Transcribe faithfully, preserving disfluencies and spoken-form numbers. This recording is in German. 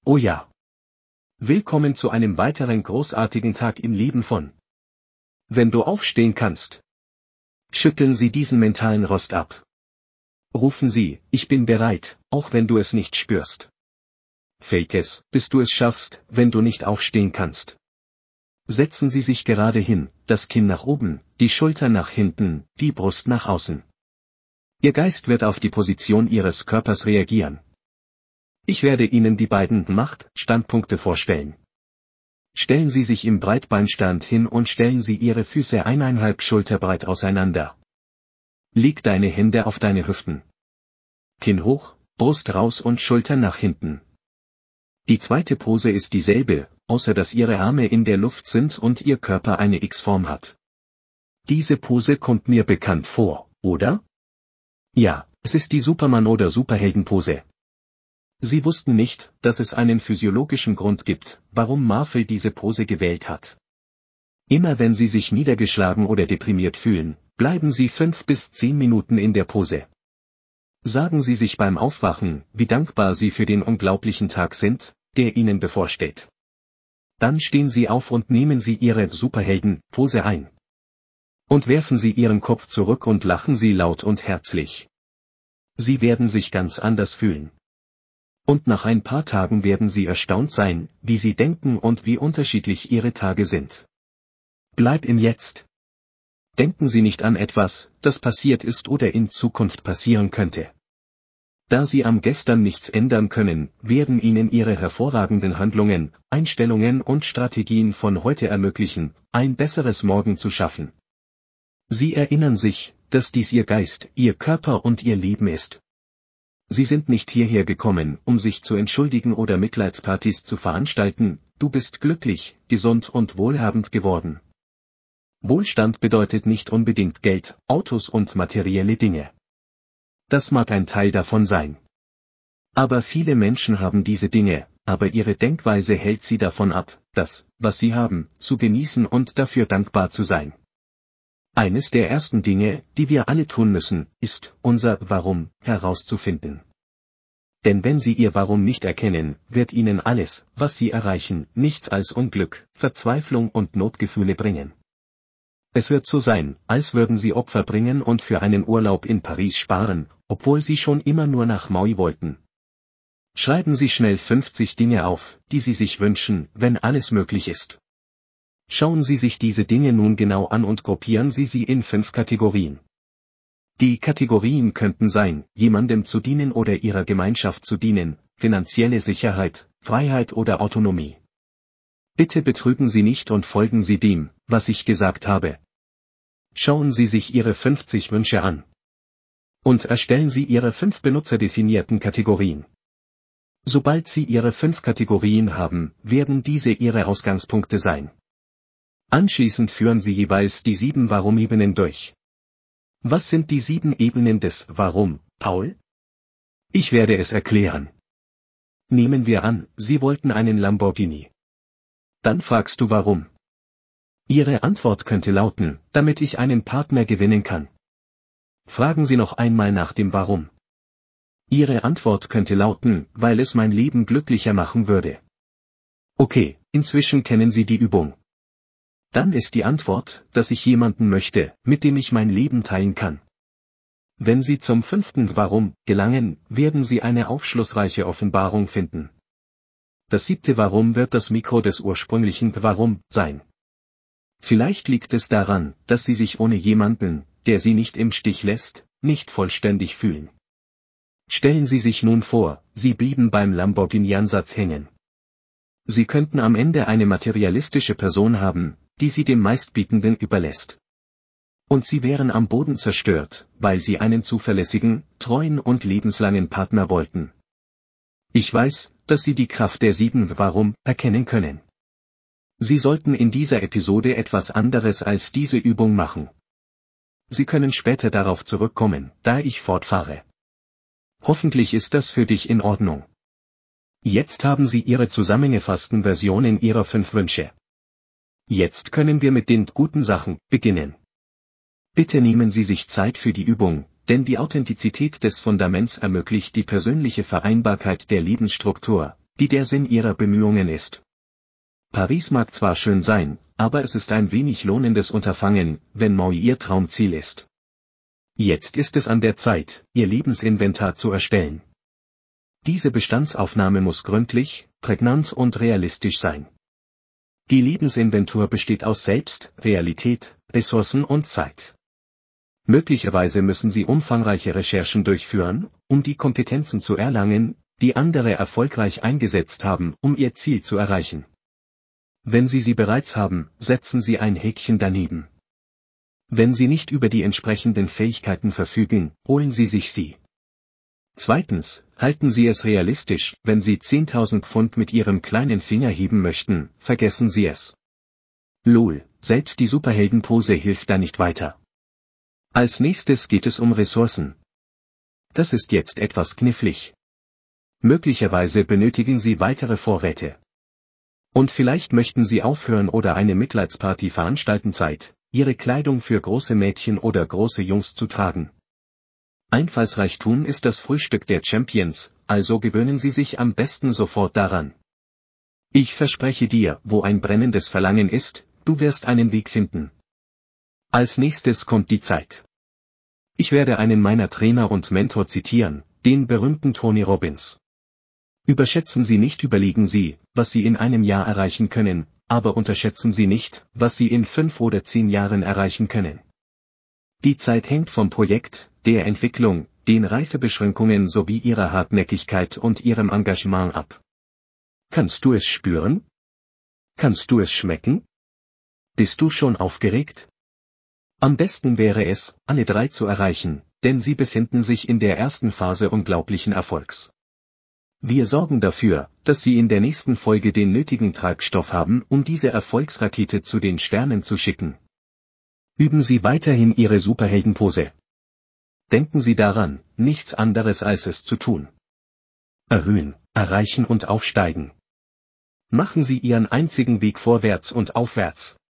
Oh ja. Willkommen zu einem weiteren großartigen Tag im Leben von. Wenn du aufstehen kannst, schütteln Sie diesen mentalen Rost ab. Rufen Sie, ich bin bereit, auch wenn du es nicht spürst. Fake es, bis du es schaffst, wenn du nicht aufstehen kannst. Setzen Sie sich gerade hin, das Kinn nach oben, die Schultern nach hinten, die Brust nach außen. Ihr Geist wird auf die Position Ihres Körpers reagieren. Ich werde Ihnen die beiden Macht-Standpunkte vorstellen. Stellen Sie sich im Breitbeinstand hin und stellen Sie Ihre Füße eineinhalb Schulterbreit auseinander. Leg deine Hände auf deine Hüften. Kinn hoch, Brust raus und Schultern nach hinten. Die zweite Pose ist dieselbe, außer dass Ihre Arme in der Luft sind und Ihr Körper eine X-Form hat. Diese Pose kommt mir bekannt vor, oder? Ja, es ist die Superman- oder Superheldenpose. Sie wussten nicht, dass es einen physiologischen Grund gibt, warum Marvel diese Pose gewählt hat. Immer wenn Sie sich niedergeschlagen oder deprimiert fühlen, bleiben Sie fünf bis zehn Minuten in der Pose. Sagen Sie sich beim Aufwachen, wie dankbar Sie für den unglaublichen Tag sind, der Ihnen bevorsteht. Dann stehen Sie auf und nehmen Sie Ihre Superhelden-Pose ein. Und werfen Sie Ihren Kopf zurück und lachen Sie laut und herzlich. Sie werden sich ganz anders fühlen. Und nach ein paar Tagen werden Sie erstaunt sein, wie Sie denken und wie unterschiedlich Ihre Tage sind. Bleib im Jetzt. Denken Sie nicht an etwas, das passiert ist oder in Zukunft passieren könnte. Da Sie am Gestern nichts ändern können, werden Ihnen Ihre hervorragenden Handlungen, Einstellungen und Strategien von heute ermöglichen, ein besseres Morgen zu schaffen. Sie erinnern sich, dass dies Ihr Geist, Ihr Körper und Ihr Leben ist. Sie sind nicht hierher gekommen, um sich zu entschuldigen oder Mitleidspartys zu veranstalten, du bist glücklich, gesund und wohlhabend geworden. Wohlstand bedeutet nicht unbedingt Geld, Autos und materielle Dinge. Das mag ein Teil davon sein. Aber viele Menschen haben diese Dinge, aber ihre Denkweise hält sie davon ab, das, was sie haben, zu genießen und dafür dankbar zu sein. Eines der ersten Dinge, die wir alle tun müssen, ist, unser Warum herauszufinden. Denn wenn Sie Ihr Warum nicht erkennen, wird Ihnen alles, was Sie erreichen, nichts als Unglück, Verzweiflung und Notgefühle bringen. Es wird so sein, als würden Sie Opfer bringen und für einen Urlaub in Paris sparen, obwohl Sie schon immer nur nach Maui wollten. Schreiben Sie schnell fünfzig Dinge auf, die Sie sich wünschen, wenn alles möglich ist. Schauen Sie sich diese Dinge nun genau an und gruppieren Sie sie in fünf Kategorien. Die Kategorien könnten sein, jemandem zu dienen oder Ihrer Gemeinschaft zu dienen, finanzielle Sicherheit, Freiheit oder Autonomie. Bitte betrügen Sie nicht und folgen Sie dem, was ich gesagt habe. Schauen Sie sich Ihre fünfzig Wünsche an. Und erstellen Sie Ihre fünf benutzerdefinierten Kategorien. Sobald Sie Ihre fünf Kategorien haben, werden diese Ihre Ausgangspunkte sein. Anschließend führen Sie jeweils die sieben Warum-Ebenen durch. Was sind die sieben Ebenen des Warum, Paul? Ich werde es erklären. Nehmen wir an, Sie wollten einen Lamborghini. Dann fragst du warum. Ihre Antwort könnte lauten, damit ich einen Partner gewinnen kann. Fragen Sie noch einmal nach dem Warum. Ihre Antwort könnte lauten, weil es mein Leben glücklicher machen würde. Okay, inzwischen kennen Sie die Übung. Dann ist die Antwort, dass ich jemanden möchte, mit dem ich mein Leben teilen kann. Wenn Sie zum fünften Warum gelangen, werden Sie eine aufschlussreiche Offenbarung finden. Das siebte Warum wird das Mikro des ursprünglichen Warum sein. Vielleicht liegt es daran, dass Sie sich ohne jemanden, der Sie nicht im Stich lässt, nicht vollständig fühlen. Stellen Sie sich nun vor, Sie blieben beim Lamborghini-Ansatz hängen. Sie könnten am Ende eine materialistische Person haben, die Sie dem Meistbietenden überlässt. Und Sie wären am Boden zerstört, weil Sie einen zuverlässigen, treuen und lebenslangen Partner wollten. Ich weiß, dass Sie die Kraft der sieben Warum erkennen können. Sie sollten in dieser Episode etwas anderes als diese Übung machen. Sie können später darauf zurückkommen, da ich fortfahre. Hoffentlich ist das für dich in Ordnung. Jetzt haben Sie Ihre zusammengefassten Versionen Ihrer fünf Wünsche. Jetzt können wir mit den guten Sachen beginnen. Bitte nehmen Sie sich Zeit für die Übung, denn die Authentizität des Fundaments ermöglicht die persönliche Vereinbarkeit der Lebensstruktur, die der Sinn ihrer Bemühungen ist. Paris mag zwar schön sein, aber es ist ein wenig lohnendes Unterfangen, wenn Maui ihr Traumziel ist. Jetzt ist es an der Zeit, ihr Lebensinventar zu erstellen. Diese Bestandsaufnahme muss gründlich, prägnant und realistisch sein. Die Lebensinventur besteht aus Selbst, Realität, Ressourcen und Zeit. Möglicherweise müssen Sie umfangreiche Recherchen durchführen, um die Kompetenzen zu erlangen, die andere erfolgreich eingesetzt haben, um ihr Ziel zu erreichen. Wenn Sie sie bereits haben, setzen Sie ein Häkchen daneben. Wenn Sie nicht über die entsprechenden Fähigkeiten verfügen, holen Sie sich sie. Zweitens, halten Sie es realistisch, wenn Sie zehntausend Pfund mit Ihrem kleinen Finger heben möchten, vergessen Sie es. Lol, selbst die Superheldenpose hilft da nicht weiter. Als nächstes geht es um Ressourcen. Das ist jetzt etwas knifflig. Möglicherweise benötigen Sie weitere Vorräte. Und vielleicht möchten Sie aufhören oder eine Mitleidsparty veranstalten, Zeit, Ihre Kleidung für große Mädchen oder große Jungs zu tragen. Einfallsreichtum ist das Frühstück der Champions, also gewöhnen Sie sich am besten sofort daran. Ich verspreche dir, wo ein brennendes Verlangen ist, du wirst einen Weg finden. Als nächstes kommt die Zeit. Ich werde einen meiner Trainer und Mentor zitieren, den berühmten Tony Robbins. Überschätzen Sie nicht, überlegen Sie, was Sie in einem Jahr erreichen können, aber unterschätzen Sie nicht, was Sie in fünf oder zehn Jahren erreichen können. Die Zeit hängt vom Projekt, der Entwicklung, den Reifebeschränkungen sowie Ihrer Hartnäckigkeit und Ihrem Engagement ab. Kannst du es spüren? Kannst du es schmecken? Bist du schon aufgeregt? Am besten wäre es, alle drei zu erreichen, denn sie befinden sich in der ersten Phase unglaublichen Erfolgs. Wir sorgen dafür, dass Sie in der nächsten Folge den nötigen Treibstoff haben, um diese Erfolgsrakete zu den Sternen zu schicken. Üben Sie weiterhin Ihre Superheldenpose. Denken Sie daran, nichts anderes als es zu tun. Erhöhen, erreichen und aufsteigen. Machen Sie Ihren einzigen Weg vorwärts und aufwärts.